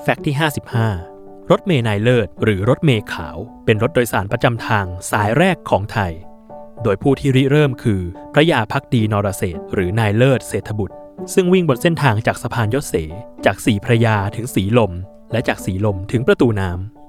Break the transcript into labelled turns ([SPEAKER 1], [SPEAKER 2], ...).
[SPEAKER 1] แฟกต์ที่55รถเมล์นายเลิศหรือรถเมล์ขาวเป็นรถโดยสารประจำทางสายแรกของไทยโดยผู้ที่ริเริ่มคือพระยาภักดีนรเศรษฐ์หรือนายเลิศเศรษฐบุตรซึ่งวิ่งบนเส้นทางจากสะพานยศเสจากศรีพระยาถึงศรีลมและจากศรีลมถึงประตูน้ำ